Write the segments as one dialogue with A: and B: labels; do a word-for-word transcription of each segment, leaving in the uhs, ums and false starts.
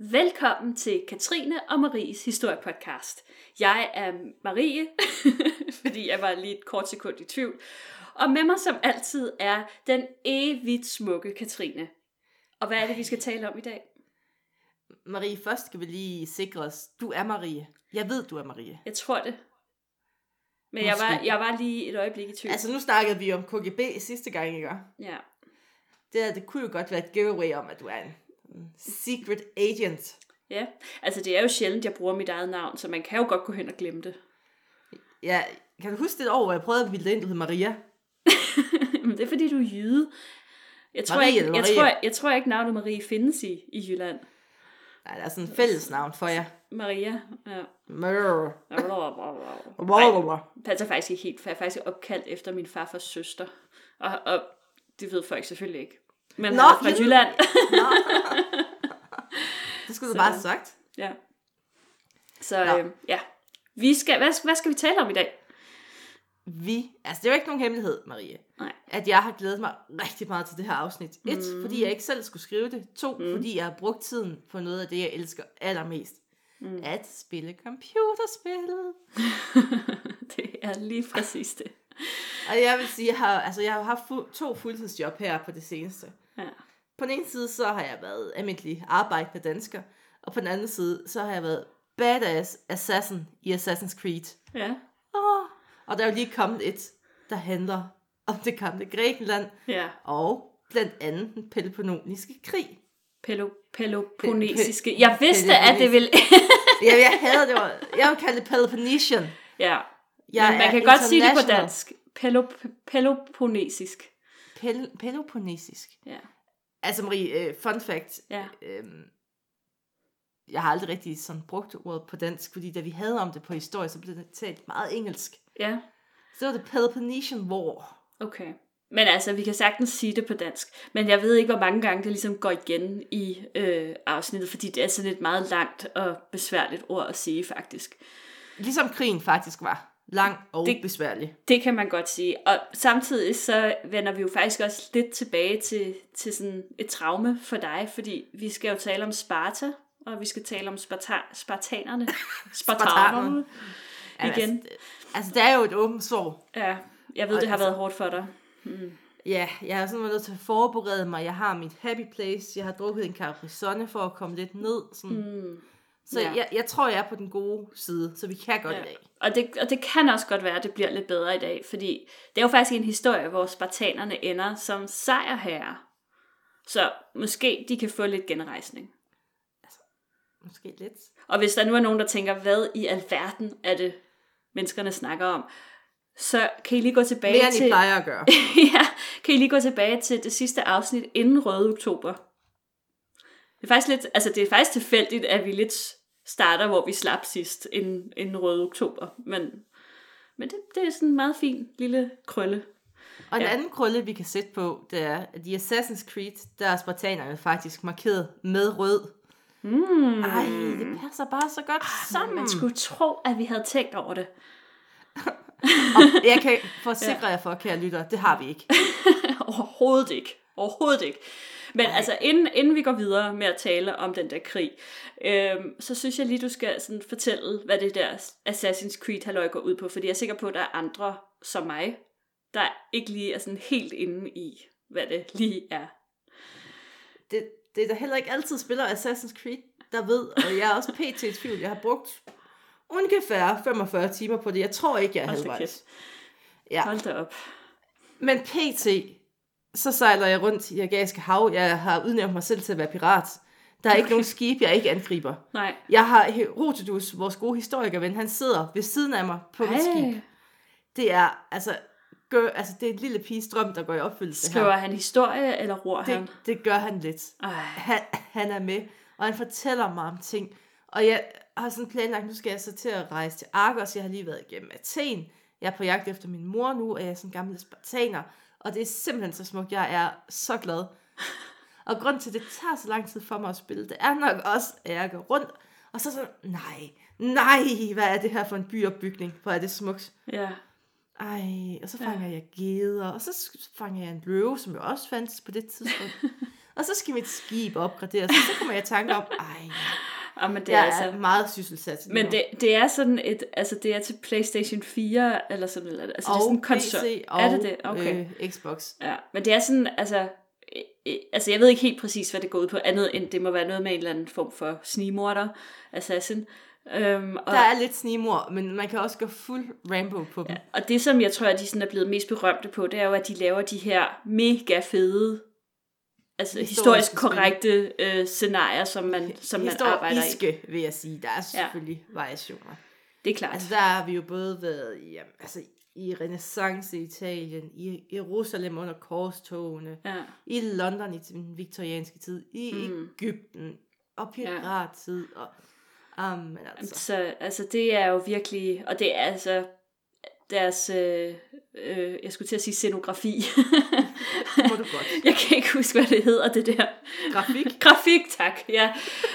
A: Velkommen til Katrine og Maries historiepodcast. Jeg er Marie, fordi jeg var lige et kort sekund i tvivl. Og med mig som altid er den evigt smukke Katrine. Og hvad er det, vi skal tale om i dag?
B: Marie, først skal vi lige sikre os. Du er Marie. Jeg ved, du er Marie.
A: Jeg tror det. Men jeg var, jeg var lige et øjeblik i tvivl.
B: Altså nu snakkede vi om K G B sidste gang, ikke?
A: Ja.
B: Det, det kunne jo godt være et giveaway om, at du er en secret agent.
A: Ja, altså det er jo sjældent, jeg bruger mit eget navn, så man kan jo godt gå hen og glemme det.
B: Ja, kan du huske det år, hvor jeg prøvede at bilde ind, du hed Maria?
A: Men det er fordi, du er jyde. Jeg tror,
B: Marie,
A: ikke,
B: Marie.
A: jeg, tror, jeg, jeg tror ikke, navnet Marie findes i, i Jylland.
B: Nej, der er sådan en fællesnavn for jer.
A: Maria, ja.
B: Maria.
A: Nej, passer faktisk ikke helt, for jeg er faktisk opkaldt efter min farfars søster. Og, og det ved folk selvfølgelig ikke. Men
B: Nå,
A: han er fra
B: Jylland.
A: Jylland.
B: Det skulle du
A: Så,
B: bare have sagt.
A: Ja. Så øh, ja. Vi skal, hvad, hvad skal vi tale om i dag?
B: Vi, altså det er jo ikke nogen hemmelighed, Marie,
A: Nej.
B: at jeg har glædet mig rigtig meget til det her afsnit. Et,
A: Mm.
B: fordi jeg ikke selv skulle skrive det. To,
A: Mm.
B: fordi jeg har brugt tiden på noget af det, jeg elsker allermest.
A: Mm.
B: At spille computerspil.
A: Det er lige præcis det.
B: Og jeg vil sige, jeg har, altså, jeg har haft fu- to fuldtidsjob her på det seneste.
A: Ja.
B: På den ene side, så har jeg været almindelig arbejdende dansker. Og på den anden side, så har jeg været badass assassin i Assassin's Creed.
A: Ja.
B: Oh. Og der er jo lige kommet et, der handler om det gamle Grækenland.
A: Ja.
B: Og blandt andet den peloponnesiske krig.
A: Pelo, peloponnesiske.
B: Pe- pe-
A: Jeg vidste, at det ville...
B: Ja, jeg havde det. Var, jeg vil kalde det Peloponnesian.
A: Ja.
B: Jeg
A: Men man
B: er
A: kan godt sige det på
B: international.
A: dansk. Pelop, peloponnesisk.
B: Pel- peloponnesisk.
A: Ja.
B: Altså Marie, uh, fun fact.
A: Ja.
B: Øhm, jeg har aldrig rigtig sådan brugt ordet på dansk, fordi da vi havde om det på historie, så blev det talt meget engelsk.
A: Ja.
B: Så var det Peloponnesian War.
A: Okay. Men altså, vi kan sagtens sige det på dansk. Men jeg ved ikke, hvor mange gange det ligesom går igen i øh, afsnittet, fordi det er sådan et meget langt og besværligt ord at sige, faktisk.
B: Ligesom krigen faktisk var. Lang og
A: Det-
B: besværlig.
A: Det kan man godt sige. Og samtidig så vender vi jo faktisk også lidt tilbage til, til sådan et traume for dig, fordi vi skal jo tale om Sparta, og vi skal tale om Sparta- spartanerne. Spartanerne.
B: Jamen,
A: Igen.
B: Altså, altså, det er jo et åbent sår.
A: Ja, jeg ved,
B: Og
A: det har
B: altså-
A: været hårdt for dig. Mm.
B: Ja, jeg har sådan været nødt til at forberede mig. Jeg har mit happy place. Jeg har drukket en Capri-Sonne for at komme lidt ned. Sådan.
A: Mm.
B: Så
A: Ja.
B: jeg, jeg tror, jeg er på den gode side, så vi kan godt
A: Ja.
B: i dag.
A: Og det, og det kan også godt være, at det bliver lidt bedre i dag, fordi det er jo faktisk en historie, hvor spartanerne ender som sejrherrer. Så måske de kan få lidt genrejsning.
B: Måske lidt.
A: Og hvis der nu er nogen, der tænker, hvad i alverden er det, menneskerne snakker om, så kan I lige gå tilbage
B: Mere end
A: til...
B: I plejer at gøre.
A: ja, kan I lige gå tilbage til det sidste afsnit inden Røde Oktober. Det er faktisk lidt, altså det er faktisk tilfældigt, at vi lidt starter, hvor vi slap sidst inden, inden Røde Oktober. Men, men det, det er sådan en meget fin lille krølle.
B: Og en
A: Ja.
B: anden krølle, vi kan sætte på, det er, at i Assassin's Creed, der er spartanerne faktisk markeret med rød.
A: Mm.
B: Ej, det passer bare så godt sammen.
A: Man skulle tro, at vi havde tænkt over det.
B: Og jeg kan forsikre jer for, kære lytter, det har vi ikke.
A: Overhovedet ikke. Overhovedet ikke. Men
B: Ej.
A: altså, inden, inden vi går videre med at tale om den der krig, øhm, så synes jeg lige, du skal sådan fortælle, hvad det der Assassin's Creed-halløj går ud på. Fordi jeg er sikker på, at der er andre som mig, der ikke lige er sådan helt inde i, hvad det lige er.
B: Det, det er da heller ikke altid spiller Assassin's Creed, der ved, og jeg er også pt. I tvivl. Jeg har brugt ungefær femogfyrre timer på det. Jeg tror ikke, jeg er
A: Hold da
B: halvvejs.
A: kæft.
B: Ja.
A: Hold da op.
B: Men pt. så sejler jeg rundt i Ægæiske Hav. Jeg har udnævnt mig selv til at være pirat. Der er ikke nogen skib, jeg ikke angriber.
A: Nej.
B: Jeg har Herodotus, vores gode historikerven, han sidder ved siden af mig på mit skib. Det er, altså, gør, altså, det er en lille piges drøm, der går i opfyldelse
A: Skriver
B: her.
A: han historie, eller ror han?
B: Det, det gør han lidt.
A: Ej.
B: Han, han er med, og han fortæller mig om ting. Og jeg har sådan planlagt, nu skal jeg så til at rejse til Argos. Jeg har lige været igennem Athen. Jeg er på jagt efter min mor nu, og jeg er sådan en gammel spartaner. Og det er simpelthen så smukt. Jeg er så glad. Og grund til, at det tager så lang tid for mig at spille, det er nok også, at jeg går rundt. Og så sådan, nej, nej, hvad er det her for en byopbygning? Hvor er det smukt.
A: Ja.
B: Ej, og så fanger ja. jeg geder, og så fanger jeg en løve, som jo også fandtes på det tidspunkt. Og så skal mit skib opgraderes, og så kommer jeg i tanke om, ej,
A: Ja, men det er
B: jeg
A: altså...
B: er meget sysselsat til
A: Men det, det er sådan et... Altså, det er til PlayStation fire, eller sådan noget. Altså,
B: og
A: det er sådan en konsol.
B: P C og
A: er det det? Okay.
B: øh, Xbox.
A: Ja, men det er sådan, altså... Øh, altså, jeg ved ikke helt præcis, hvad det går ud på, andet end det må være noget med en eller anden form for snigmorder, assassin. Øhm, og,
B: der er lidt snigmord, men man kan også gå fuld Rambo på dem.
A: Ja, og det, som jeg tror, at de sådan er blevet mest berømte på, det er jo, at de laver de her mega fede, altså historisk, historisk korrekte øh, scenarier, som man, som man arbejder i.
B: Historiske, vil jeg sige. Der er selvfølgelig ja. variationer.
A: Det er klart.
B: Altså, der har vi jo både været i, jamen, altså, i Renaissance i Italien, i Jerusalem under korstogene, ja. i London i den viktorianske tid, i mm. Egypten, og pirattid, og Um, altså.
A: Så altså det er jo virkelig, og det er altså deres, øh, øh, jeg skulle til at sige scenografi.
B: Det må du godt.
A: Jeg kan ikke huske, hvad det hedder, det der.
B: Grafik?
A: Grafik, tak, ja.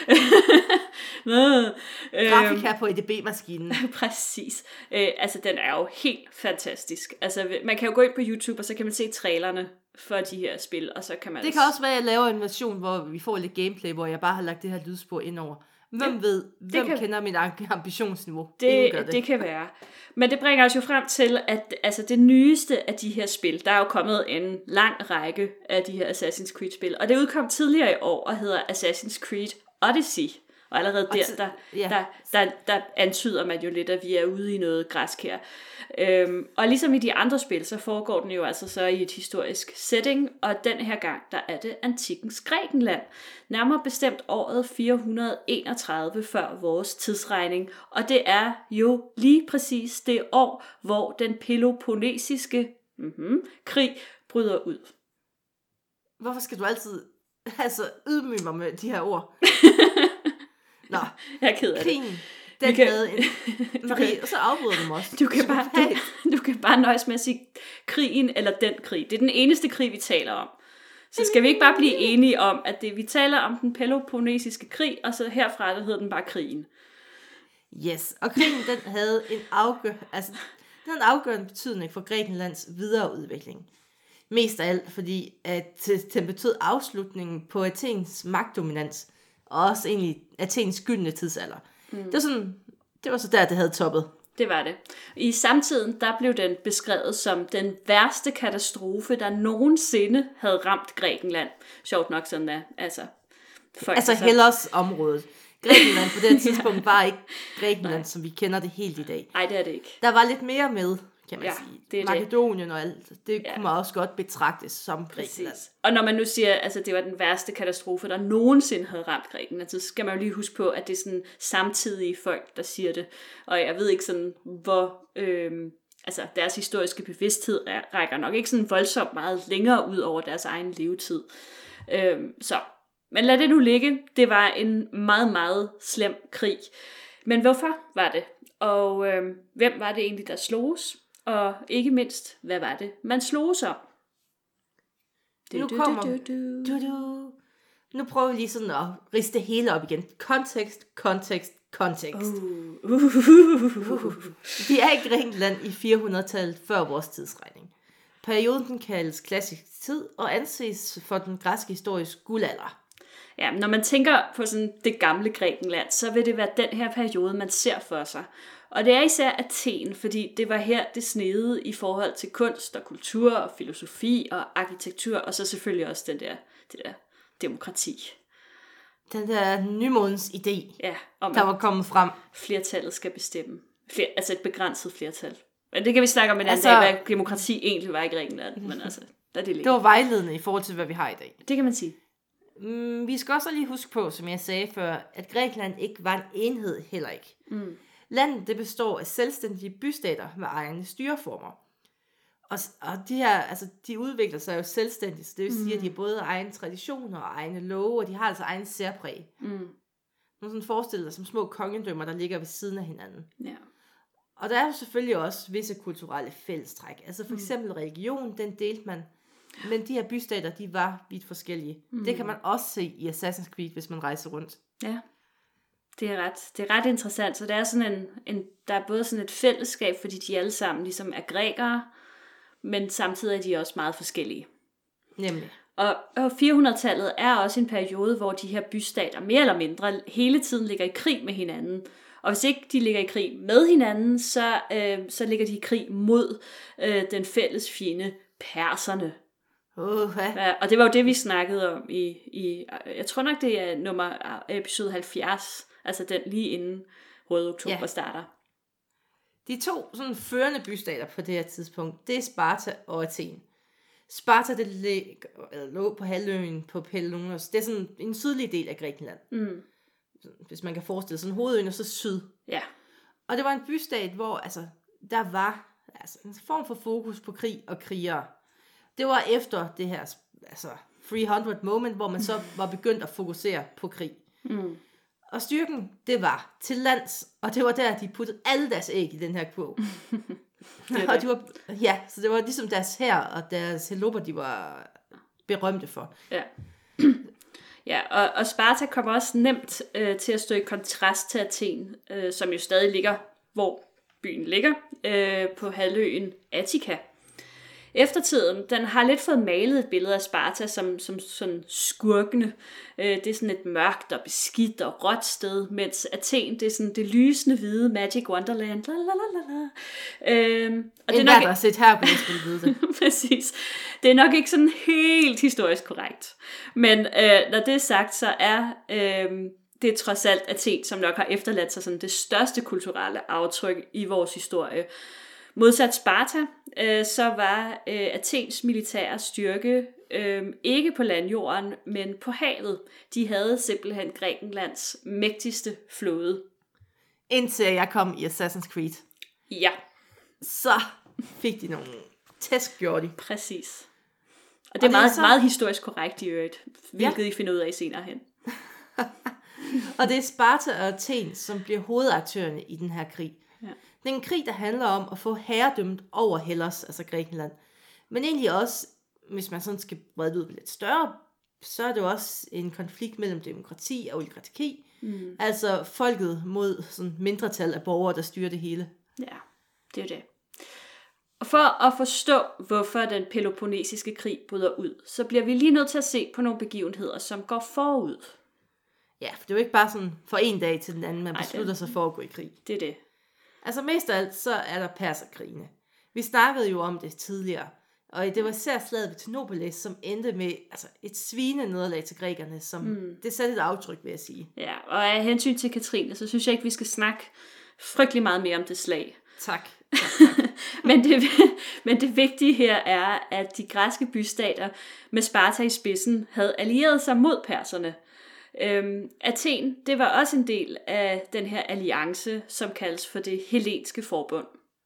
B: Grafik her på E D B-maskinen.
A: Præcis. Øh, altså den er jo helt fantastisk. Altså man kan jo gå ind på YouTube, og så kan man se trailerne for de her spil, og så kan man...
B: Det kan også være, at jeg laver en version, hvor vi får lidt gameplay, hvor jeg bare har lagt det her lydspor ind over. Hvem ja, ved, hvem kan, kender mit ambitionsniveau?
A: Det, det. det kan være. Men det bringer os jo frem til, at altså, det nyeste af de her spil, der er jo kommet en lang række af de her Assassin's Creed-spil, og det udkom tidligere i år og hedder Assassin's Creed Odyssey. Og allerede der, der, ja. der, der, der antyder man jo lidt, at vi er ude i noget græsk her. Øhm, og ligesom i de andre spil, så foregår den jo altså så i et historisk setting, og den her gang, der er det antikkens Grækenland. Nærmere bestemt året fire hundrede enogtredive før vores tidsregning, og det er jo lige præcis det år, hvor den peloponnesiske mm-hmm, krig bryder ud.
B: Hvorfor skal du altid altså, ydmyge mig med de her ord? Nå,
A: jeg er ked af
B: krigen,
A: det.
B: Den kan, havde en... Marie, og så afbryder du mig også.
A: Du kan, bare, du, du kan bare nøjes med at sige krigen eller den krig. Det er den eneste krig, vi taler om. Så skal vi ikke bare blive enige om, at det, vi taler om den peloponnesiske krig, og så herfra, der hedder den bare krigen.
B: Yes, og krigen, den havde en, afgør, altså, den havde en afgørende betydning for Grækenlands videre udvikling. Mest af alt, fordi at den betød afslutningen på Athens magtdominans, og også egentlig Athens gyldne tidsalder. Mm. Det var sådan, det var så der, det havde toppet.
A: Det var det. I samtiden, der blev den beskrevet som den værste katastrofe, der nogensinde havde ramt Grækenland. Sjovt nok sådan der. Altså,
B: folk, altså så... Hellas området. Grækenland på det tidspunkt var ikke Grækenland, Nej. Som vi kender det helt i dag.
A: Nej, det er det ikke.
B: Der var lidt mere med, kan man ja, sige.
A: Det
B: Makedonien
A: det.
B: og alt. Det ja. kunne man også godt betragtes som Grækenland.
A: Præcis. Og når man nu siger, at altså, det var den værste katastrofe, der nogensinde havde ramt Grækenland, så skal man jo lige huske på, at det er sådan samtidige folk, der siger det. Og jeg ved ikke sådan, hvor... Øhm, altså deres historiske bevidsthed rækker nok ikke sådan voldsomt meget længere ud over deres egen levetid. Øhm, så... Men lad det nu ligge. Det var en meget, meget slem krig. Men hvorfor var det? Og øh, hvem var det egentlig, der sloges? Og ikke mindst, hvad var det, man sloges om?
B: Nu kommer... Du, du, du. Nu prøver vi lige sådan at riste det hele op igen. Kontekst, kontekst, kontekst. Uh. Uh. Uh. Vi er i Grækenland i fire hundrede-tallet før vores tidsregning. Perioden den kaldes klassisk tid og anses for den græske histories guldalder.
A: Ja, når man tænker på sådan det gamle Grækenland, så vil det være den her periode, man ser for sig. Og det er især Athen, fordi det var her, det snede i forhold til kunst og kultur og filosofi og arkitektur, og så selvfølgelig også den der, det der demokrati.
B: Den der nymodens idé,
A: ja,
B: om der var kommet frem.
A: Flertallet skal bestemme. Fler, altså et begrænset flertal. Men det kan vi snakke om en altså, anden dag, hvad demokrati egentlig var i Grækenland. Men altså, der er det,
B: det var vejledende i forhold til, hvad vi har i dag.
A: Det kan man sige.
B: Mm, vi skal også lige huske på, som jeg sagde før, at Grækenland ikke var en enhed heller ikke. Mm. Landet det består af selvstændige bystater med egne styreformer. Og, og de her, altså, de udvikler sig jo selvstændigt, så det vil sige, mm. at de har både egne traditioner og egne love, og de har altså egne særpræg. Mm. Nu sådan forestiller dig som små kongedømmer, der ligger ved siden af hinanden. Ja. Og der er jo selvfølgelig også visse kulturelle fællestræk. Altså for eksempel religion, den delte man. Men de her bystater, de var vidt forskellige. Mm. Det kan man også se i Assassin's Creed, hvis man rejser rundt.
A: Ja, det er ret, det er ret interessant. Så der er, sådan en, en, der er både sådan et fællesskab, fordi de alle sammen ligesom er grækere, men samtidig er de også meget forskellige.
B: Nemlig.
A: Og, og fire hundrede-tallet er også en periode, hvor de her bystater mere eller mindre hele tiden ligger i krig med hinanden. Og hvis ikke de ligger i krig med hinanden, så, øh, så ligger de i krig mod øh, den fælles fjende, perserne.
B: Uh,
A: ja, og det var jo det, vi snakkede om i, i jeg tror nok, det er nummer episode halvfjerds, altså den lige inden Røde Oktober ja. starter.
B: De to sådan førende bystater på det her tidspunkt, det er Sparta og Athen. Sparta, det lå på halvøen på Peloponnesos. Det er sådan en sydlig del af Grækenland.
A: Mm.
B: Hvis man kan forestille sig sådan hovedøen og så syd.
A: Ja. Og
B: det var en bystat, hvor altså, der var altså, en form for fokus på krig og krigere. Det var efter det her altså, tre hundrede moment, hvor man så var begyndt at fokusere på krig.
A: Mm.
B: Og styrken, det var til lands, og det var der, de puttede alle deres æg i den her kurv. det og de var, ja, så det var ligesom deres hær og deres heloper, de var berømte for.
A: Ja, ja og, og Sparta kommer også nemt øh, til at stå i kontrast til Athen, øh, som jo stadig ligger, hvor byen ligger, øh, på halvøen Attika. Eftertiden, den har lidt fået malet et billede af Sparta som, som sådan skurkende. Øh, det er sådan et mørkt og beskidt og råt sted, mens Athen, det er sådan det lysende hvide Magic Wonderland. Lalalala. Øh, og det er nok
B: der har set her, kunne jeg skulle vide det.
A: Præcis. Det er nok ikke sådan helt historisk korrekt. Men øh, når det er sagt, så er øh, det er trods alt Athen, som nok har efterladt sig sådan det største kulturelle aftryk i vores historie. Modsat Sparta, øh, så var øh, Athens militære styrke øh, ikke på landjorden, men på havet. De havde simpelthen Grækenlands mægtigste flåde.
B: Indtil jeg kom i Assassin's Creed.
A: Ja.
B: Så fik de nogle tæsk, gjorde de.
A: Præcis. Og det er, og det meget, er så... meget historisk korrekt i øvrigt, hvilket ja. I finder ud af senere hen.
B: Og det er Sparta og Athen, som bliver hovedaktørerne i den her krig.
A: Ja.
B: Det er en krig, der handler om at få herredømmet over Hellas, altså Grækenland. Men egentlig også, hvis man sådan skal brede det ud lidt større, så er det også en konflikt mellem demokrati og oligarki.
A: Mm.
B: Altså folket mod sådan mindretal af borgere, der styrer det hele.
A: Ja, det er det. Og for at forstå, hvorfor den peloponnesiske krig bryder ud, så bliver vi lige nødt til at se på nogle begivenheder, som går forud.
B: Ja, for det er jo ikke bare sådan for en dag til den anden, man
A: Ej,
B: beslutter
A: det,
B: sig for at gå i krig.
A: Det er det.
B: Altså mest af alt, så er der perserkrigene. Vi snakkede jo om det tidligere, og det var især slaget ved Thermopylæ, som endte med altså, et svine nederlag til grækerne, som mm. det satte et aftryk, vil jeg sige.
A: Ja, og af hensyn til Katrine, så synes jeg ikke, vi skal snakke frygtelig meget mere om det slag.
B: Tak. tak, tak.
A: men, det, men det vigtige her er, at de græske bystater med Sparta i spidsen havde allieret sig mod perserne. Øhm, Athen, det var også en del af den her alliance, som kaldes for det Hellenske Forbund.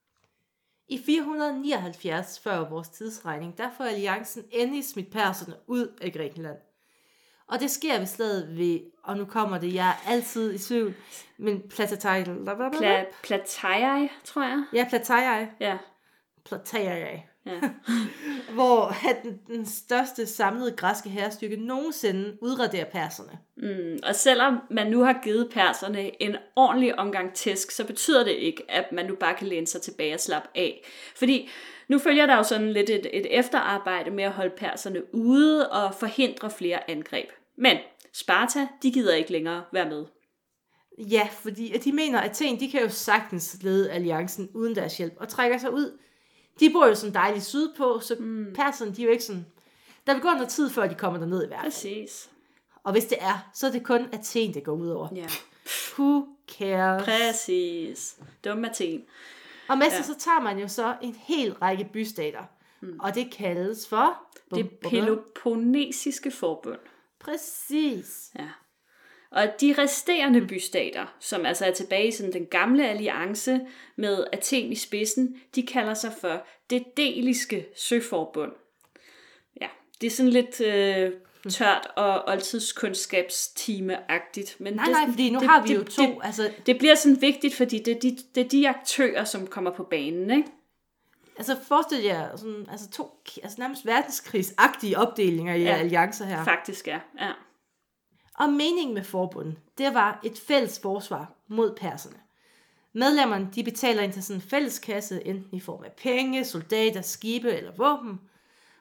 B: I fire hundrede nioghalvfjerds før vores tidsregning, der får alliancen endelig smidt perserne ud af Grækenland. Og det sker ved slaget ved, og nu kommer det, jeg er altid i tvivl, men Plataiai.
A: Pla- Plataiai, tror jeg.
B: Ja, Plataiai.
A: Ja.
B: Plataiai.
A: Ja.
B: Hvor den, den største samlede græske hærstyrke nogensinde udraderer perserne.
A: Mm, og selvom man nu har givet perserne en ordentlig omgang tæsk, så betyder det ikke, at man nu bare kan læne sig tilbage og slappe af. Fordi nu følger der jo sådan lidt et, et efterarbejde med at holde perserne ude og forhindre flere angreb. Men Sparta, de gider ikke længere være med.
B: Ja, fordi de mener, at Athen, de kan jo sagtens lede alliancen uden deres hjælp og trækker sig ud. De bor jo sådan dejligt sydpå, så mm. perserne, de er jo ikke sådan... Der vil gå noget tid, før de kommer derned i hvert fald.
A: Præcis.
B: Og hvis det er, så er det kun Athen, det går ud over.
A: Ja.
B: Who cares?
A: Præcis. Dum Athen.
B: Og med sig, ja. Så tager man jo så en hel række bystater. Mm. Og det kaldes for...
A: Det Peloponnesiske Forbund.
B: Præcis.
A: Ja. Og de resterende bystater, som altså er tilbage i sådan den gamle alliance med Athen i spidsen, de kalder sig for det Deliske Søforbund. Ja, det er sådan lidt øh, tørt og oldtidskundskabstime-agtigt. Men
B: nej,
A: det,
B: nej, fordi nu
A: det,
B: har vi
A: det,
B: jo to.
A: Det,
B: altså...
A: det bliver sådan vigtigt, fordi det er, de, det er de aktører, som kommer på banen, ikke?
B: Altså forestil jer sådan, altså to altså nærmest verdenskrigsagtige opdelinger i ja, alliancer her.
A: Faktisk ja, ja.
B: Og meningen med forbundet, det var et fælles forsvar mod perserne. Medlemmerne, de betaler ind til sådan en fælles kasse, enten i form af penge, soldater, skibe eller våben.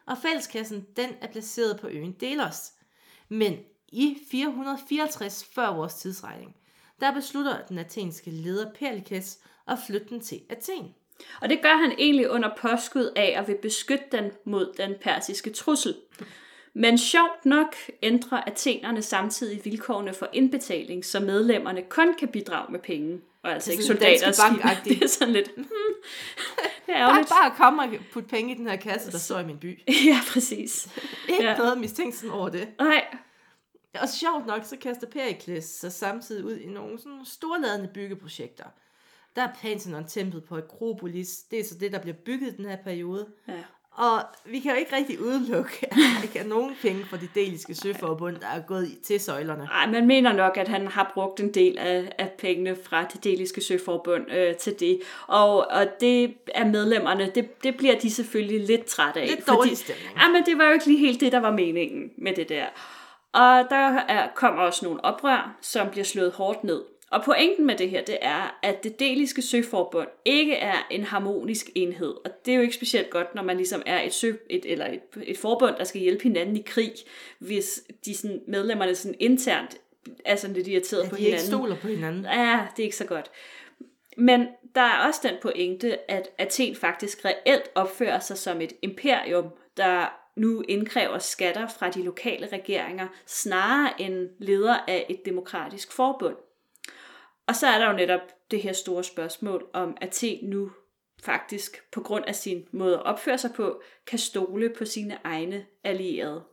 B: og fælleskassen den er placeret på øen Delos. Men i fire hundrede fireoghalvtreds før vores tidsregning, der beslutter den athenske leder Perikles at flytte den til Athen.
A: Og det gør han egentlig under påskud af at vil beskytte den mod den persiske trussel. Men sjovt nok ændrer athenerne samtidig vilkårene for indbetaling, så medlemmerne kun kan bidrage med penge, og altså ikke soldater og skib. Det er sådan lidt... Hmm, det er
B: bare, bare kom og putte penge i den her kasse, der står i min by.
A: Ja, præcis.
B: Ikke
A: ja.
B: noget mistænkt over det.
A: Nej.
B: Og sjovt nok, så kaster Perikles sig samtidig ud i nogle sådan storladende byggeprojekter. Der er Pantheon-templet på Akropolis. Det er så det, der bliver bygget i den her periode.
A: Ja.
B: Og vi kan jo ikke rigtig udelukke, at der ikke er nogen penge fra de deliske søforbund, der er gået til søjlerne.
A: Nej, man mener nok, at han har brugt en del af, af pengene fra det deliske søforbund øh, til det. Og, og det er medlemmerne, det, det bliver de selvfølgelig lidt trætte af.
B: Lidt dårlig stemning.
A: Ja, men det var jo ikke lige helt det, der var meningen med det der. Og der er, kommer også nogle oprør, som bliver slået hårdt ned. Og pointen med det her, det er, at det deliske søforbund ikke er en harmonisk enhed. Og det er jo ikke specielt godt, når man ligesom er et, sø, et, eller et, et forbund, der skal hjælpe hinanden i krig, hvis de sådan, medlemmerne sådan internt er sådan lidt irriteret
B: ja,
A: på
B: de
A: hinanden.
B: ikke stoler på hinanden.
A: Ja, det er ikke så godt. Men der er også den pointe, at Athen faktisk reelt opfører sig som et imperium, der nu indkræver skatter fra de lokale regeringer, snarere end leder af et demokratisk forbund. Og så er der jo netop det her store spørgsmål, om Athen nu faktisk, på grund af sin måde at opføre sig på, kan stole på sine egne allierede.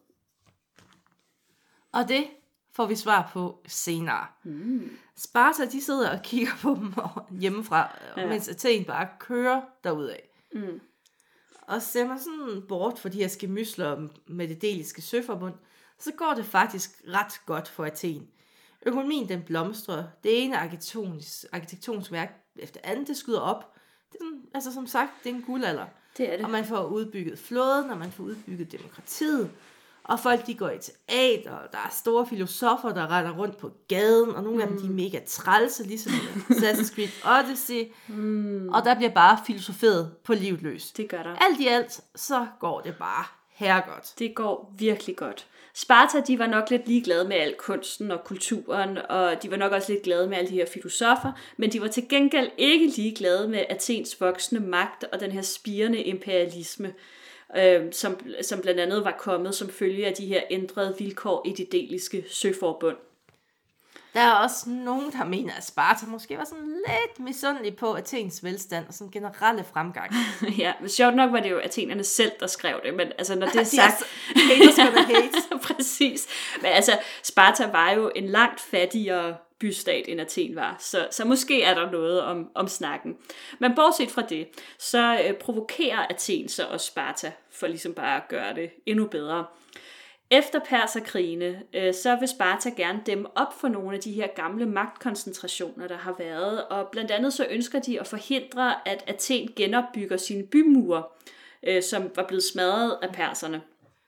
B: Og det får vi svar på senere.
A: Mm.
B: Sparta, de sidder og kigger på dem hjemmefra, ja. Mens Athen bare kører derudad.
A: Mm.
B: Og stemmer sådan bort for de her skemysler med det deliske søforbund, så går det faktisk ret godt for Athen. Økonomien den blomstrer, det ene arkitektonisk, arkitektonisk værk efter andet, det skyder op. Det er sådan, altså som sagt, det er en guldalder.
A: Det er det.
B: Og man får udbygget flåden, og man får udbygget demokratiet. Og folk de går i teater, og der er store filosofer, der render rundt på gaden, og nogle mm. af dem de er mega trælse, ligesom Assassin's Creed Odyssey. Mm. Og der bliver bare filosoferet på livet løs.
A: Det gør der.
B: Alt i alt, så går det bare herregodt.
A: Det går virkelig godt. Sparta, de var nok lidt ligeglade med al kunsten og kulturen, og de var nok også lidt glade med alle de her filosofer, men de var til gengæld ikke ligeglade med Athens voksende magt og den her spirende imperialisme, øh, som, som blandt andet var kommet som følge af de her ændrede vilkår i det deliske søforbund.
B: Der er også nogen, der mener, at Sparta måske var sådan lidt misundelig på Athens velstand og sådan generelle fremgang.
A: Ja, men sjovt nok var det jo athenerne selv, der skrev det, men altså når det er sagt...
B: Haters gonna hate.
A: Præcis. Men altså, Sparta var jo en langt fattigere bystat, end Athen var, så, så måske er der noget om, om snakken. Men bortset fra det, så øh, provokerer Athen så også Sparta, for ligesom bare at gøre det endnu bedre. Efter perserkrigene, øh, så vil Sparta gerne dæmme op for nogle af de her gamle magtkoncentrationer, der har været, og blandt andet så ønsker de at forhindre, at Athen genopbygger sine bymure, øh, som var blevet smadret af perserne.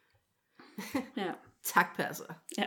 A: Ja.
B: Tak, perser.
A: Ja.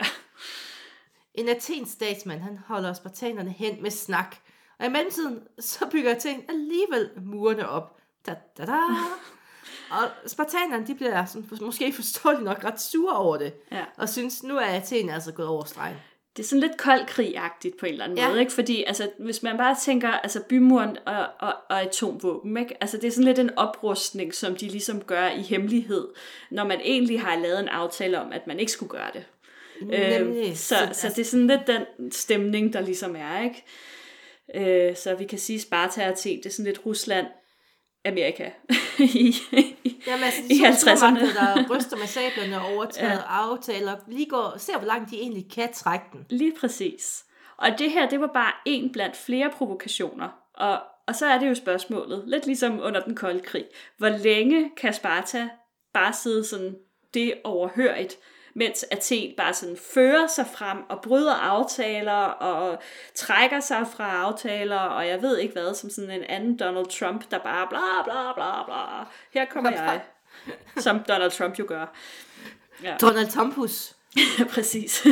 B: En Athens statsmand, han holder spartanerne hen med snak, og i mellemtiden, så bygger Athen alligevel murene op. Da, da, da. Og spartanerne, de bliver sådan, måske forståeligt nok ret sure over det, ja. Og synes, nu er Athen altså gået over stregen.
A: Det er sådan lidt kold krig-agtigt på en eller anden
B: ja.
A: måde, ikke? Fordi altså, hvis man bare tænker altså, bymuren og, og, og atomvåben, ikke? Altså, det er sådan lidt en oprustning, som de ligesom gør i hemmelighed, når man egentlig har lavet en aftale om, at man ikke skulle gøre det.
B: Nemlig.
A: Øh, så, så, så det er sådan lidt den stemning, der ligesom er, ikke? Øh, så vi kan sige, Sparta og Athen, det er sådan lidt Rusland, Amerika i,
B: Jamen, altså,
A: i halvtredserne.
B: Der ryster med sablerne og overtaget ja. aftaler, lige går og ser, hvor langt de egentlig kan trække den.
A: Lige præcis. Og det her, det var bare en blandt flere provokationer. Og, og så er det jo spørgsmålet, lidt ligesom under den kolde krig. Hvor længe kan Sparta bare sidde sådan det overhørigt, mens Athen bare sådan fører sig frem og bryder aftaler og trækker sig fra aftaler, og jeg ved ikke hvad, som sådan en anden Donald Trump, der bare bla bla bla bla. Her kommer jeg. Som Donald Trump jo gør. Ja.
B: Donald Trumpus.
A: Præcis.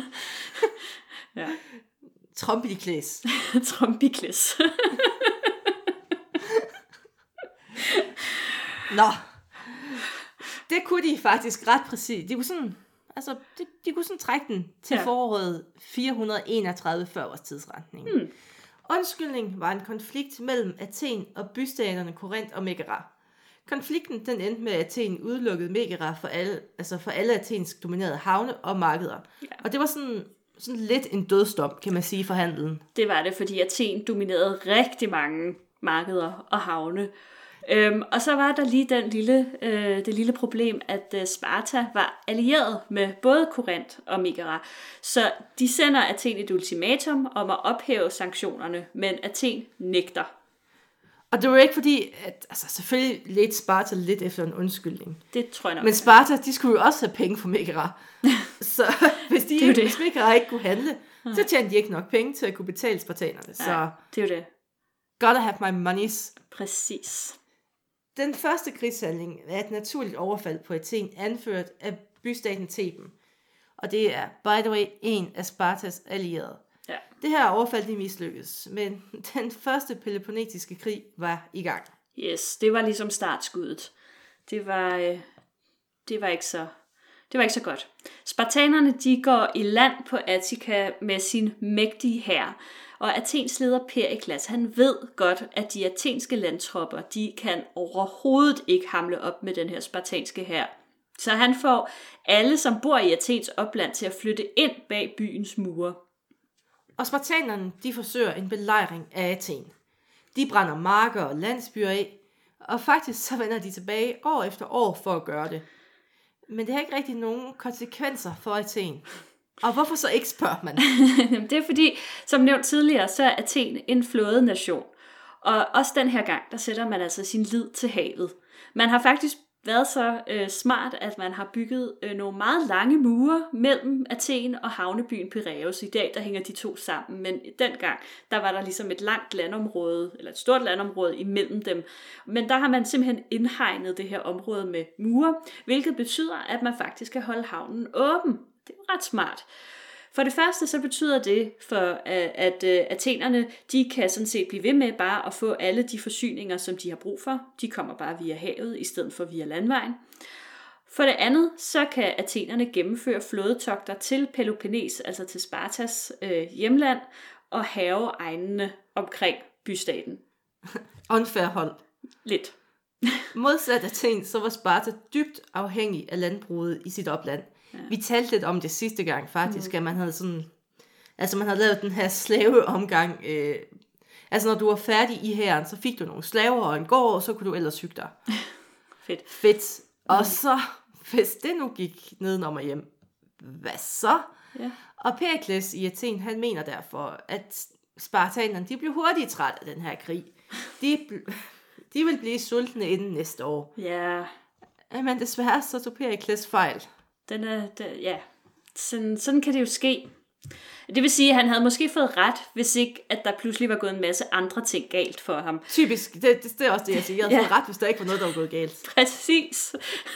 A: Ja.
B: Trumpiklæs.
A: Trumpiklæs.
B: Nå. Det kunne de faktisk ret præcis. De kunne sådan, altså, de, de kunne sådan trække den til ja. foråret fire hundrede enogtredive før vores tidsretning. Hmm. Undskyldning var en konflikt mellem Athen og bystaterne Korinth og Megara. Konflikten den endte med, at Athen udelukkede Megara for alle, altså for alle athensk dominerede havne og markeder. Ja. Og det var sådan, sådan lidt en dødsdom, kan man sige, for handelen.
A: Det var det, fordi Athen dominerede rigtig mange markeder og havne. Øhm, og så var der lige den lille, øh, det lille problem, at øh, Sparta var allieret med både Korinth og Megara. Så de sender Athen et ultimatum om at ophæve sanktionerne, men Athen nægter.
B: Og det var ikke fordi, at altså selvfølgelig lidt Sparta lidt efter en undskyldning.
A: Det tror jeg nok.
B: Men Sparta, de skulle jo også have penge for Megara. Så hvis, de ikke, hvis Megara ikke kunne handle, så tjente de ikke nok penge til at kunne betale spartanerne. Så
A: ja, det er jo det.
B: Gotta have my monies.
A: Præcis.
B: Den første krigshandling er et naturligt overfald på Athen, anført af bystaten Theben. Og det er, by the way, en af Spartas allierede. Ja. Det her overfald, de mislykkedes, men den første peloponnesiske krig var i gang.
A: Yes, det var ligesom startskuddet. Det var, øh, det var ikke så, det var ikke så godt. Spartanerne, de går i land på Attika med sin mægtige hær, og Athens leder Perikles, han ved godt, at de athenske landtropper, de kan overhovedet ikke hamle op med den her spartanske hær. Så han får alle, som bor i Athens opland, til at flytte ind bag byens mure.
B: Og spartanerne, de forsøger en belejring af Athen. De brænder marker og landsbyer af, og faktisk så vender de tilbage år efter år for at gøre det. Men det har ikke rigtig nogen konsekvenser for Athen. Og hvorfor så ikke, spørger man?
A: Det er fordi, som nævnt tidligere, så er Athen en flådenation. Og også den her gang, der sætter man altså sin lid til havet. Man har faktisk været så øh, smart, at man har bygget øh, nogle meget lange mure mellem Athen og havnebyen Piræus. I dag, der hænger de to sammen, men dengang, der var der ligesom et langt landområde, eller et stort landområde imellem dem. Men der har man simpelthen indhegnet det her område med mure, hvilket betyder, at man faktisk kan holde havnen åben. Det er ret smart. For det første så betyder det, for at, at athenerne, de kan sådan set blive ved med bare at få alle de forsyninger, som de har brug for. De kommer bare via havet, i stedet for via landvejen. For det andet, så kan athenerne gennemføre flådetogter til Peloponnes, altså til Spartas øh, hjemland, og hærge egnene omkring bystaten.
B: Unfair hold.
A: Lidt.
B: Modsat Athen, så var Sparta dybt afhængig af landbruget i sit opland. Ja. Vi talte lidt om det sidste gang faktisk, mm. at man havde sådan, altså man havde lavet den her slaveomgang. Øh, altså når du var færdig i hæren, så fik du nogle slaver og en gård, og så kunne du ellers hygge dig.
A: Fedt.
B: Fedt. Og mm. så, hvis det nu gik nedenom og hjem, hvad så? Ja. Og Perikles i Athen, han mener derfor, at spartanerne, de blev hurtigt træt af den her krig. De, de vil blive sultne inden næste år.
A: Ja.
B: Men desværre så tog Perikles fejl.
A: Den er, der, ja, sådan, sådan kan det jo ske. Det vil sige, at han havde måske fået ret, hvis ikke, at der pludselig var gået en masse andre ting galt for ham.
B: Typisk, det, det, det er også det, jeg siger. Jeg havde ja. fået ret, hvis der ikke var noget, der var gået galt.
A: Præcis.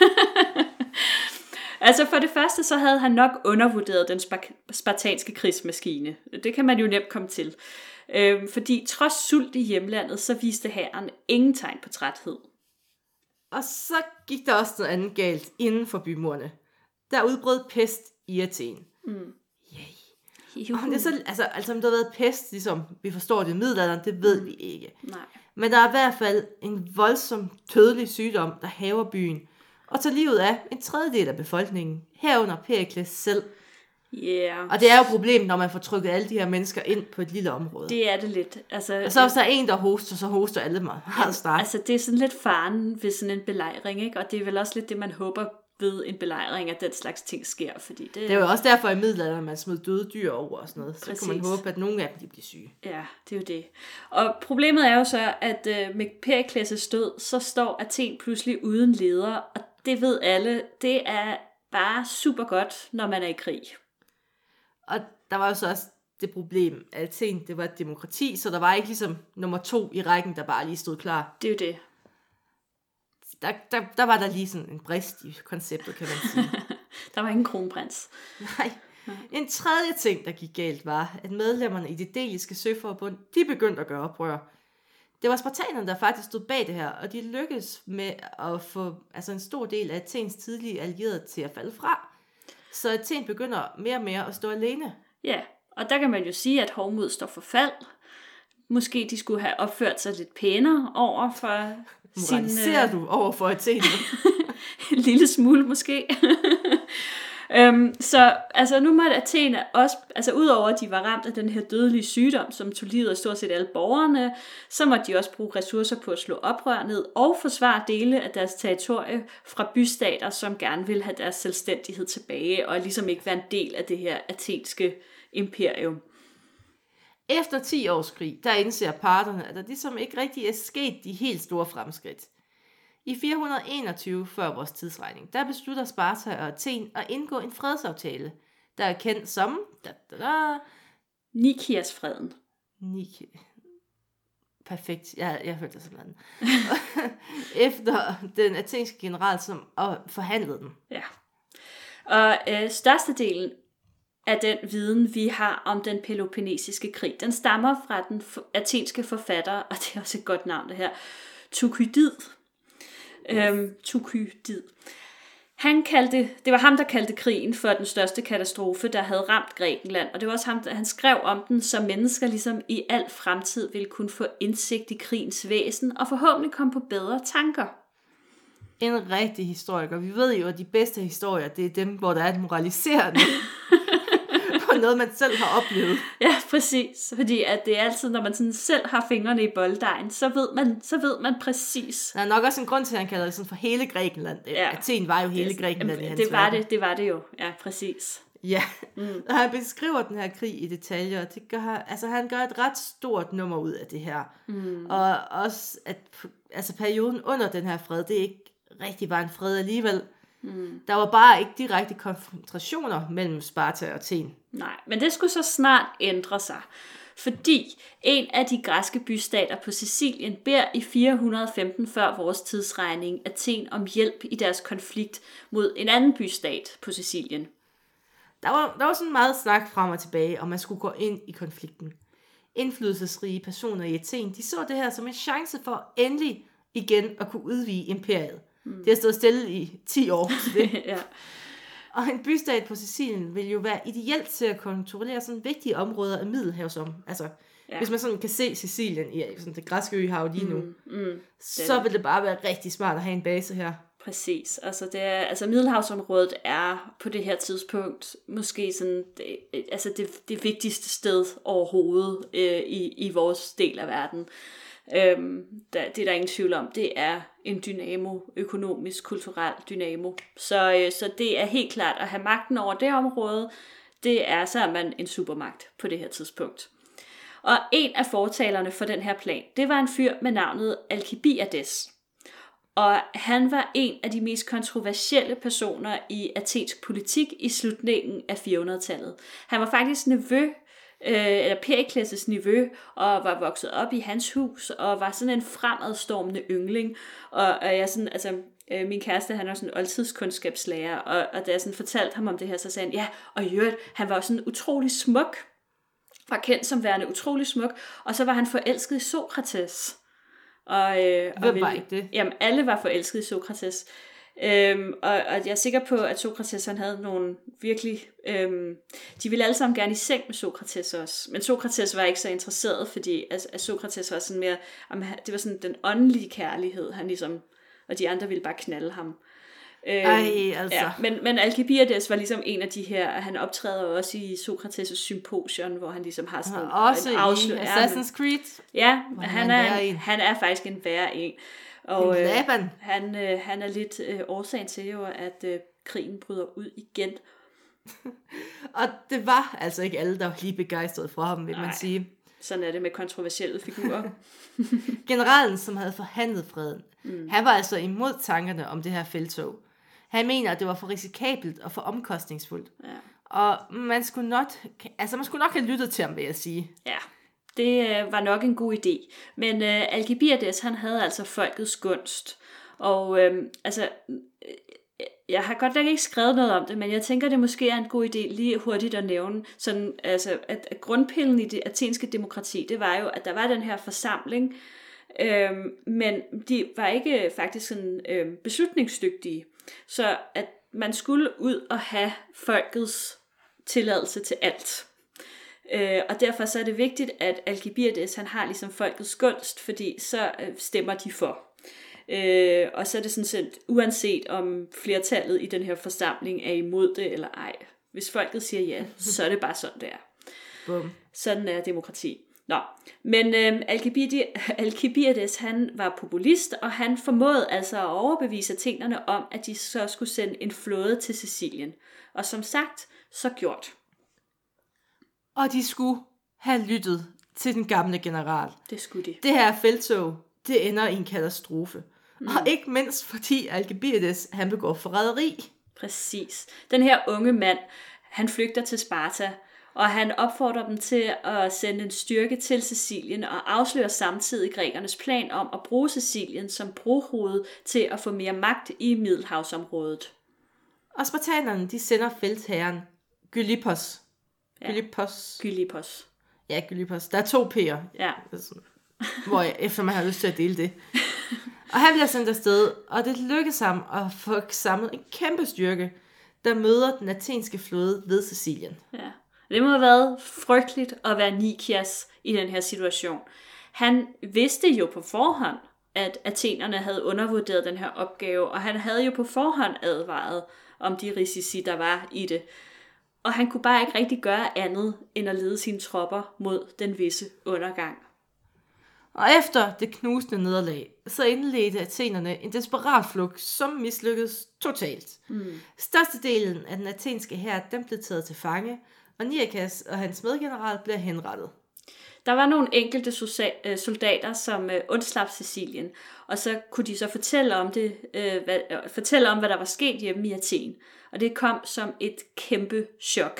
A: Altså for det første, så havde han nok undervurderet den spartanske krigsmaskine. Det kan man jo nemt komme til. Øhm, fordi trods sult i hjemlandet, så viste hæren ingen tegn på træthed.
B: Og så gik der også noget andet galt inden for bymurene. Der udbrød pest i Athen. Mm. Yay. Og det er så, altså, altså om der har været pest, ligesom vi forstår det i middelalderen, det ved mm. vi ikke.
A: Nej.
B: Men der er i hvert fald en voldsom dødelig sygdom, der hærger byen, og tager livet af en tredjedel af befolkningen, herunder Perikles selv.
A: Yeah.
B: Og det er jo problemet, når man får trykket alle de her mennesker ind på et lille område.
A: Det er det lidt. Altså,
B: og så hvis der er en, der hoster, så hoster alle meget stærkt.
A: Altså det er sådan lidt faren ved sådan en belejring, ikke? Og det er vel også lidt det, man håber ved en belejring, at den slags ting sker. Fordi det,
B: det er jo også derfor i middelalderen, man smed døde dyr over og sådan noget. Så Præcis. Kan man håbe, at nogle af dem de bliver syge.
A: Ja, det er jo det. Og problemet er jo så, at øh, med Perikles' død, så står Athen pludselig uden leder. Og det ved alle, det er bare super godt, når man er i krig.
B: Og der var jo så også det problem, at Athen, det var et demokrati, så der var ikke ligesom nummer to i rækken, der bare lige stod klar.
A: Det er jo det.
B: Der, der, der var der lige sådan en brist i konceptet, kan man sige.
A: Der var ingen kronprins.
B: Nej. En tredje ting, der gik galt, var, at medlemmerne i det deliske søforbund, de begyndte at gøre oprør. Det var spartanerne, der faktisk stod bag det her, og de lykkedes med at få altså en stor del af Athens tidlige allierede til at falde fra. Så Athen begynder mere og mere at stå alene.
A: Ja, og der kan man jo sige, at hovmod står for fald. Måske de skulle have opført sig lidt pænere over for sin...
B: Moraliserer du over for Athen?
A: En lille smule måske. øhm, så altså, nu måtte Athen også, altså udover at de var ramt af den her dødelige sygdom, som tog livet af stort set alle borgerne, så måtte de også bruge ressourcer på at slå oprør ned og forsvare dele af deres territorie fra bystater, som gerne ville have deres selvstændighed tilbage, og ligesom ikke være en del af det her athenske imperium.
B: Efter ti års krig, der indser parterne, at der ligesom ikke rigtig er sket de helt store fremskridt. I fire hundrede enogtyve før vores tidsregning, der beslutter Sparta og Athen at indgå en fredsaftale, der er kendt som da, da, da,
A: Nikias-freden.
B: Niki. Perfekt, jeg, jeg hørte det sådan. Efter den athenske general, som forhandlede den.
A: Ja. Og øh, størstedelen af den viden, vi har om den peloponnesiske krig, den stammer fra den athenske forfatter, og det er også et godt navn det her, Thukydid. Øhm, Thukydid. Han kaldte, det var ham, der kaldte krigen for den største katastrofe, der havde ramt Grækenland, og det var også ham, der han skrev om den, så mennesker ligesom i al fremtid ville kunne få indsigt i krigens væsen, og forhåbentlig komme på bedre tanker.
B: En rigtig historiker. Vi ved jo, at de bedste historier, det er dem, hvor der er et moraliserende på noget, man selv har oplevet.
A: Ja, præcis. Fordi at det er altid, når man sådan selv har fingrene i bolddejen, så ved man, så ved man præcis.
B: Der er nok også en grund til, at han kalder det sådan for hele Grækenland. Ja. Athen var jo hele det, Grækenland i hans
A: det var
B: verden.
A: det, det var det jo. Ja, præcis.
B: Ja, mm. Og han beskriver den her krig i detaljer, og det gør, altså han gør et ret stort nummer ud af det her. Mm. Og også, at altså perioden under den her fred, det er ikke rigtig var en fred alligevel. Mm. Der var bare ikke direkte konfrontationer mellem Sparta og Athen.
A: Nej, men det skulle så snart ændre sig. Fordi en af de græske bystater på Sicilien beder i fire hundrede og femten før vores tidsregning Athen om hjælp i deres konflikt mod en anden bystat på Sicilien.
B: Der var, der var sådan meget snak frem og tilbage, om man skulle gå ind i konflikten. Indflydelsesrige personer i Athen, de så det her som en chance for endelig igen at kunne udvide imperiet. Mm. Det har stået stille i ti år. Det.
A: Ja.
B: Og en bystat på Sicilien vil jo være ideelt til at kontrollere sådan vigtige områder af Middelhavsom. Altså, ja. Hvis man sådan kan se Sicilien i sådan det græske øhav lige nu, mm, mm, så vil det bare være rigtig smart at have en base her.
A: Præcis. Altså, det er, altså Middelhavsområdet er på det her tidspunkt måske sådan det, altså det, det vigtigste sted overhovedet øh, i, i vores del af verden. Øhm, der, det er der ingen tvivl om. Det er en dynamo, økonomisk, kulturel dynamo. Så, øh, så det er helt klart at have magten over det område. Det er så er man en supermagt på det her tidspunkt. Og en af fortalerne for den her plan, det var en fyr med navnet Alkibiades. Og han var en af de mest kontroversielle personer i athensk politik i slutningen af fire hundrede-tallet. Han var faktisk nevø eller Perikles' nevø, og var vokset op i hans hus, og var sådan en fremadstormende yngling, og, og jeg sådan, altså, øh, min kæreste, han er sådan en oldtidskundskabslærer, og, og da jeg sådan fortalte ham om det her, så sagde han, ja, og i øvrigt, han var sådan utrolig smuk, var kendt som værende utrolig smuk, og så var han forelsket i Sokrates. Og, øh,
B: Hvem var ikke det?
A: Jamen, alle var forelsket i Sokrates. Øhm, og, og jeg er sikker på, at Sokrates han havde nogle virkelig øhm, de ville alle sammen gerne i seng med Sokrates også, men Sokrates var ikke så interesseret, fordi at, at Sokrates var sådan mere det var sådan den åndelige kærlighed, han ligesom, og de andre ville bare knalde ham. øhm,
B: Ej, altså.
A: Ja, men, men Alkibiades var ligesom en af de her, han optræder også i Sokrates' symposion, hvor han ligesom har sådan
B: også en afslø- i Assassin's Creed.
A: Ja, han er, han, han er faktisk en værre en. Og øh, han, øh, han er lidt øh, årsagen til jo, at øh, krigen bryder ud igen.
B: Og det var altså ikke alle, der var lige begejstrede for ham, vil
A: Nej,
B: man sige.
A: Sådan er det med kontroversielle figurer.
B: Generalen, som havde forhandlet freden, mm. han var altså imod tankerne om det her felttog. Han mener, at det var for risikabelt og for omkostningsfuldt. Ja. Og man skulle, nok, altså man skulle nok have lyttet til ham, vil jeg sige.
A: Ja. Det øh, var nok en god idé. Men øh, Alkibiades, han havde altså folkets gunst. Og øh, altså, øh, jeg har godt nok ikke skrevet noget om det, men jeg tænker, det måske er en god idé lige hurtigt at nævne, sådan, altså, at, at grundpillen i det athenske demokrati, det var jo, at der var den her forsamling Øhm, men de var ikke faktisk sådan øhm, beslutningsdygtige. Så at man skulle ud og have folkets tilladelse til alt. Øh, og derfor så er det vigtigt, at Alkibiades han har ligesom folkets gunst, fordi så øh, stemmer de for. Øh, og så er det sådan set uanset om flertallet i den her forsamling er imod det eller ej. Hvis folket siger ja, så er det bare sådan, det er.
B: Bum.
A: Sådan er demokrati. Nå, men øh, Alkibiades han var populist, og han formåede altså at overbevise athenerne om, at de så skulle sende en flåde til Sicilien. Og som sagt, så gjort.
B: Og de skulle have lyttet til den gamle general.
A: Det skulle de.
B: Det her felttog, det ender i en katastrofe. Mm. Og ikke mindst fordi Alkibiades, han begår forræderi.
A: Præcis. Den her unge mand, han flygter til Sparta, og han opfordrer dem til at sende en styrke til Sicilien og afslører samtidig grækernes plan om at bruge Sicilien som brohoved til at få mere magt i Middelhavsområdet.
B: Og spartanerne, de sender feltherren Gylippos.
A: Ja.
B: Gylippos.
A: Gylippos.
B: Ja, Gylippos. Der er to P'er.
A: Ja.
B: Hvor jeg, efter man har lyst til at dele det. Og han bliver sendt afsted, og det lykkes ham at få samlet en kæmpe styrke, der møder den athenske flåde ved Sicilien.
A: Ja. Det må have været frygteligt at være Nikias i den her situation. Han vidste jo på forhånd, at athenerne havde undervurderet den her opgave, og han havde jo på forhånd advaret om de risici, der var i det. Og han kunne bare ikke rigtig gøre andet, end at lede sine tropper mod den visse undergang.
B: Og efter det knusende nederlag, så indledte athenerne en desperat flugt, som mislykkedes totalt. Mm. Størstedelen af den athenske hær, den blev taget til fange, og Nikas og hans medgeneral blev henrettet.
A: Der var nogle enkelte soldater, som undslap Sicilien, og så kunne de så fortælle om, det, øh, hvad, fortælle om, hvad der var sket hjemme i Athen. Og det kom som et kæmpe chok.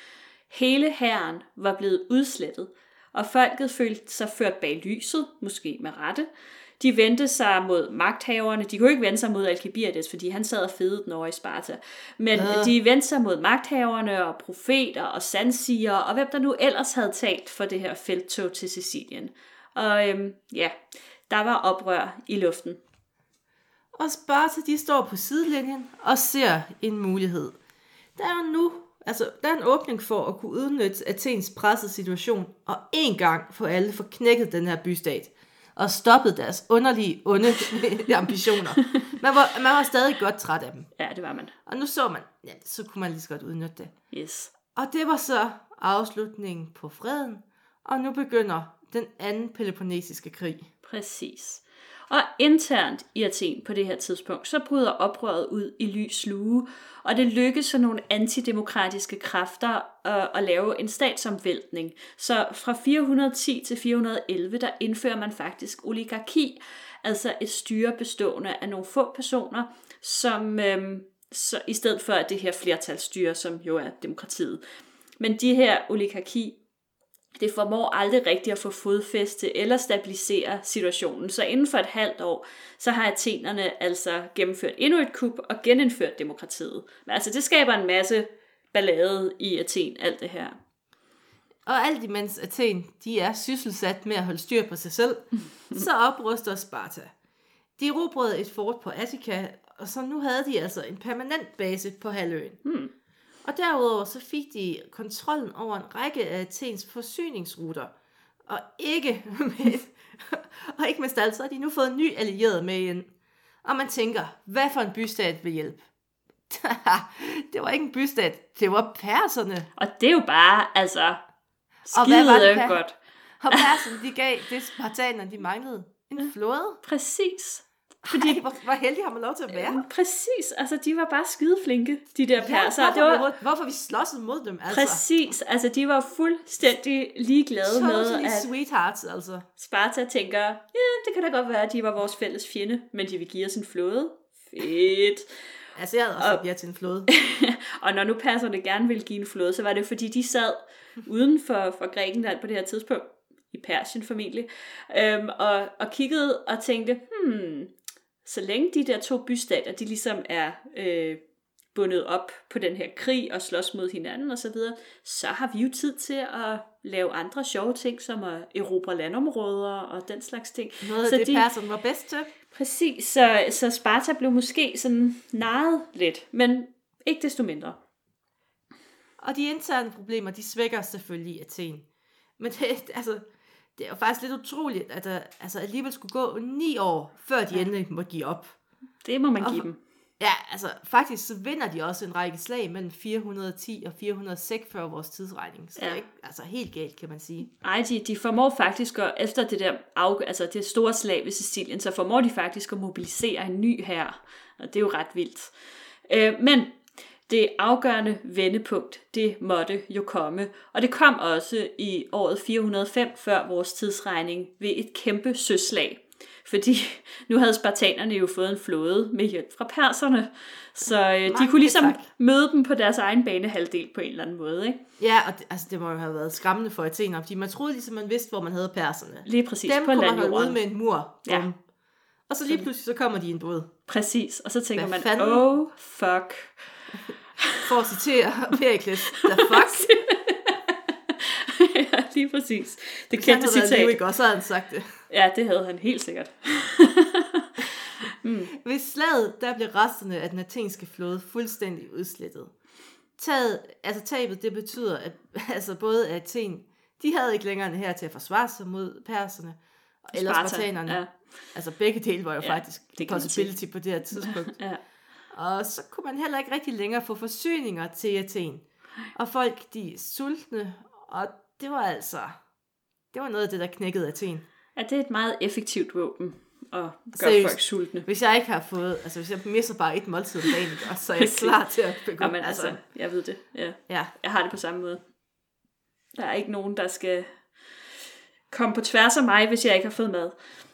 A: Hele hæren var blevet udslettet, og folket følte sig ført bag lyset, måske med rette. De vendte sig mod magthaverne. De kunne ikke vende sig mod Alkibiades, fordi han sad og fedede den over i Sparta. Men ja. De vendte sig mod magthaverne og profeter og sandsigere, og hvem der nu ellers havde talt for det her felttog til Sicilien. Og øhm, ja, der var oprør i luften.
B: Og Sparta, de står på sidelinjen og ser en mulighed. Der er jo nu, altså der er en åbning for at kunne udnytte Athens pressede situation, og en gang for alle få knækket den her bystat, og stoppet deres underlige, onde ambitioner. Man var, man var stadig godt træt af dem.
A: Ja, det var man.
B: Og nu så man, ja, så kunne man lige så godt udnytte det.
A: Yes.
B: Og det var så afslutningen på freden, og nu begynder den anden peloponnesiske krig.
A: Præcis. Og internt i Athen på det her tidspunkt, så bryder oprøret ud i lys lue, og det lykkes for nogle antidemokratiske kræfter at, at lave en statsomvæltning. Så fra fire hundrede og ti til fire hundrede og elleve, der indfører man faktisk oligarki, altså et styre bestående af nogle få personer, som øhm, så, i stedet for det her flertalsstyre, som jo er demokratiet. Men de her oligarki, det formår aldrig rigtigt at få fodfæste eller stabilisere situationen. Så inden for et halvt år, så har athenerne altså gennemført endnu et kup og genindført demokratiet. Men altså det skaber en masse ballade i Athen, alt det her.
B: Og alt imens Athen, de er sysselsat med at holde styr på sig selv, så opruster Sparta. De erobrede et fort på Attika, og så nu havde de altså en permanent base på halvøen. Hmm. Og derudover så fik de kontrollen over en række af Athens forsyningsruter. Og ikke med, og ikke mindst alt, så har de nu fået en ny allieret med ind. Og man tænker, hvad for en bystat vil hjælpe? Det var ikke en bystat, det var perserne.
A: Og det er jo bare, altså, skide godt.
B: Og perserne, de gav det spartanerne, de manglede. En flåde.
A: Præcis.
B: Fordi, Ej, hvor, hvor heldig har man lov til at være.
A: Præcis, altså de var bare skide flinke, de der perser.
B: Ja, hvorfor, det var, hvorfor vi slåsede mod dem, altså.
A: Præcis, altså de var fuldstændig ligeglade
B: totally
A: med, at
B: sweethearts, altså.
A: Sparta tænker, ja, det kan da godt være, at de var vores fælles fjende, men de vil give os en flåde. Fedt.
B: Altså jeg havde også sagt ja til en flåde.
A: Og når nu perserne gerne ville give en flåde, så var det fordi, de sad uden for, for Grækenland på det her tidspunkt, i Persien formentlig, øhm, og, og kiggede og tænkte, hmm, så længe de der to bystater, de ligesom er øh, bundet op på den her krig og slås mod hinanden og så videre, så har vi jo tid til at lave andre sjove ting, som at erobre landområder og den slags ting.
B: Noget af
A: så
B: det,
A: de,
B: perserne var bedst til.
A: Præcis, så, så Sparta blev måske sådan narret lidt, men ikke desto mindre.
B: Og de interne problemer, de svækker selvfølgelig Athen. Men det, altså, det er jo faktisk lidt utroligt, at der altså, alligevel skulle gå ni år, før de ja. endelig måtte give op.
A: Det må man
B: og,
A: give dem.
B: Ja, altså faktisk så vinder de også en række slag mellem fire hundrede og ti og fire hundrede og seks før vores tidsregning. Så ja. det er ikke altså, helt galt, kan man sige.
A: Ej, de, de formår faktisk at, efter det der af, altså det store slag ved Sicilien, så formår de faktisk at mobilisere en ny hær. Og det er jo ret vildt. Øh, men det afgørende vendepunkt, det måtte jo komme. Og det kom også i året fire hundrede og fem før vores tidsregning ved et kæmpe søslag. Fordi nu havde spartanerne jo fået en flåde med hjælp fra perserne. Så øh, de kunne ligesom tak. møde dem på deres egen banehalvdel på en eller anden måde. Ikke?
B: Ja, og det, altså, det må jo have været skræmmende for Athen, fordi man troede ligesom, man vidste, hvor man havde perserne.
A: Lige præcis,
B: dem
A: på landjorden. Dem
B: kunne man holde ude med en mur.
A: Ja.
B: Og så lige pludselig, så kommer de i en båd.
A: Præcis, og så tænker
B: Hvad
A: man,
B: fanden?
A: oh fuck.
B: For at citere Perikles, the fuck?
A: Ja, lige præcis. Det
B: kendte
A: kendte citat.
B: Hvis han havde så havde han sagt det.
A: Ja, det havde han helt sikkert.
B: mm. Ved slaget, der blev resterne af den athenske flåde fuldstændig udslettet. Taget, altså tabet, det betyder, at altså både Athen, de havde ikke længere en hær til at forsvare sig mod perserne, eller
A: Sparta,
B: spartanerne.
A: ja.
B: Altså begge dele var jo
A: ja,
B: faktisk possibility på det her tidspunkt.
A: Ja.
B: Og så kunne man heller ikke rigtig længere få forsyninger til Athen. Og folk, de er sultne, og det var altså, det var noget af det, der knækkede Athen.
A: Ja, det er et meget effektivt våben at gøre
B: Seriøst,
A: folk sultne.
B: Hvis jeg ikke har fået, altså hvis jeg misser bare et måltid om dagen, så er jeg klar til at begå.
A: Jamen altså, altså, jeg ved det. Ja.
B: ja.
A: Jeg har det på samme måde. Der er ikke nogen, der skal komme på tværs af mig, hvis jeg ikke har fået mad.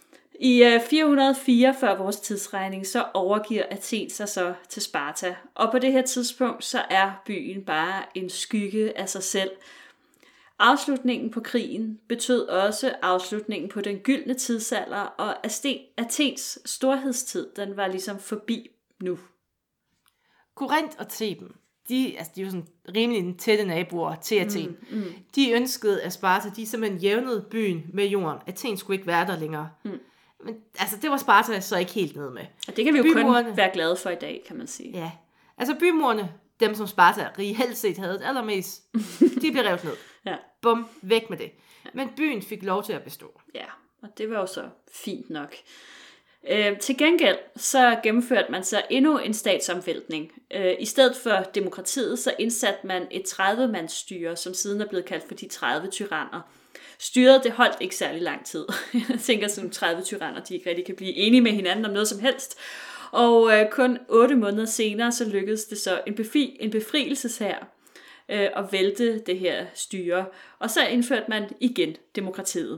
A: I fire hundrede og fire før vores tidsregning, så overgiver Athen sig så til Sparta. Og på det her tidspunkt, så er byen bare en skygge af sig selv. Afslutningen på krigen betød også afslutningen på den gyldne tidsalder, og Athens storhedstid, den var ligesom forbi nu.
B: Korinth og Theben, de, altså de er jo sådan rimelig tætte naboer til Athen.
A: Mm, mm.
B: De ønskede, at Sparta, de simpelthen jævnede byen med jorden. Athen skulle ikke være der længere. Mm. Men altså, det var Sparta så ikke helt nede med.
A: Og det kan vi jo bymurene, kun være glade for i dag, kan man sige.
B: Ja, altså bymurene, dem som Sparta reelt set havde allermest, de blev revet ned.
A: Ja.
B: Bum, væk med det. Ja. Men byen fik lov til at bestå.
A: Ja, og det var jo så fint nok. Øh, til gengæld så gennemførte man så endnu en statsomvæltning. Øh, I stedet for demokratiet, så indsatte man et tredive-mands styre, som siden er blevet kaldt for de tredive tyranner. Styret, det holdt ikke særlig lang tid. Jeg tænker, sådan tredive tyranner, de ikke rigtig kan blive enige med hinanden om noget som helst. Og øh, kun otte måneder senere, så lykkedes det så en, befi- en befrielseshær øh, at vælte det her styre. Og så indførte man igen demokratiet.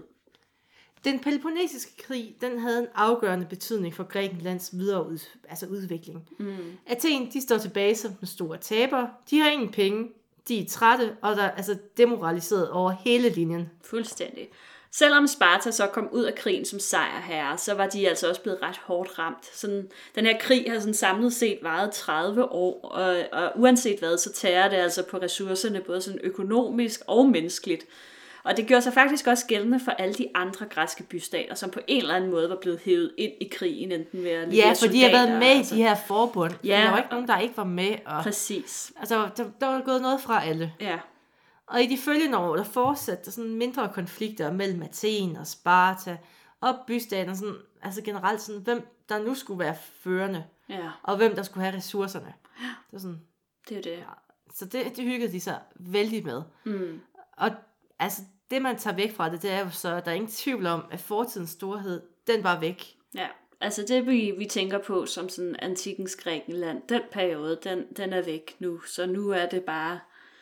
B: Den peloponnesiske krig, den havde en afgørende betydning for Grækenlands videre ud, altså udvikling. Mm. Athen, de står tilbage som den store taber. De har ingen penge. De er trætte, og der er altså demoraliseret over hele linjen.
A: Fuldstændig. Selvom Sparta så kom ud af krigen som sejrherre, så var de altså også blevet ret hårdt ramt. Sådan, den her krig har sådan samlet set varet tredive år, og, og uanset hvad, så tærer det altså på ressourcerne, både sådan økonomisk og menneskeligt. Og det gjorde sig faktisk også gældende for alle de andre græske bystater, som på en eller anden måde var blevet hævet ind i krigen, enten ved at
B: ja, for de har været med
A: altså.
B: i de her forbund.
A: Ja.
B: Der var ikke nogen, der ikke var med. Og,
A: præcis.
B: Altså, der, der var gået noget fra alle.
A: Ja.
B: Og i de følgende år, der fortsatte der sådan mindre konflikter mellem Athen og Sparta, og bystater, sådan, altså generelt sådan, hvem der nu skulle være førende,
A: ja.
B: og hvem der skulle have ressourcerne.
A: Ja.
B: Det var sådan,
A: det er det.
B: Ja, så det, det hyggede de sig vældig med.
A: Mm.
B: Og altså, det man tager væk fra det, det er jo så, der er ingen tvivl om, at fortidens storhed, den var væk.
A: Ja, altså det vi, vi tænker på som sådan antikkens Grækenland, den periode, den, den er væk nu, så nu er det bare,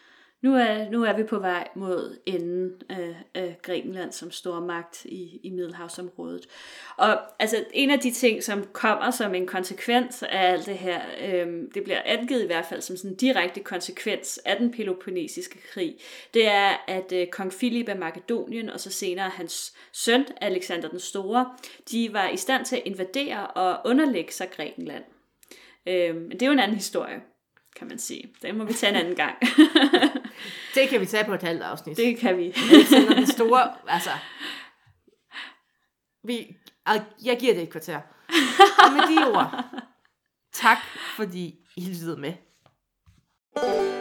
A: nu er, nu er vi på vej mod enden af, af Grækenland som stormagt i, i Middelhavsområdet. Og altså en af de ting, som kommer som en konsekvens af alt det her, øhm, det bliver angivet i hvert fald som sådan en direkte konsekvens af den peloponnesiske krig, det er, at øh, kong Filip af Makedonien og så senere hans søn, Alexander den Store, de var i stand til at invadere og underlægge sig Grækenland. Øhm, men det er jo en anden historie. kan man sige. Det må vi tage en anden gang.
B: Det kan vi tage på et halvt afsnit.
A: Det kan vi.
B: Jeg sender den store, altså... Vi, jeg giver det et kvarter. Og med de ord, tak fordi I lyttede med.